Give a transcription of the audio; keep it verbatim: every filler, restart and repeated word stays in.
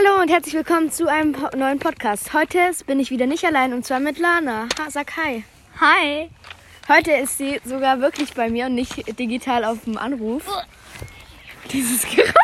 Hallo und herzlich willkommen zu einem po- neuen Podcast. Heute bin ich wieder nicht allein und zwar mit Lana. Ha, sag hi. Hi. Heute ist sie sogar wirklich bei mir und nicht digital auf dem Anruf. Dieses Geräusch.